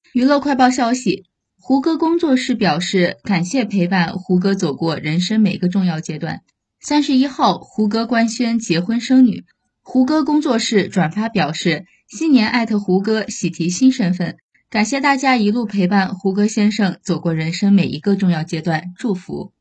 娱乐快报消息，胡歌工作室表示感谢陪伴胡歌走过人生每个重要阶段。31号，胡歌官宣结婚生女。胡歌工作室转发表示，新年艾特胡歌喜提新身份，感谢大家一路陪伴胡歌先生走过人生每一个重要阶段，祝福。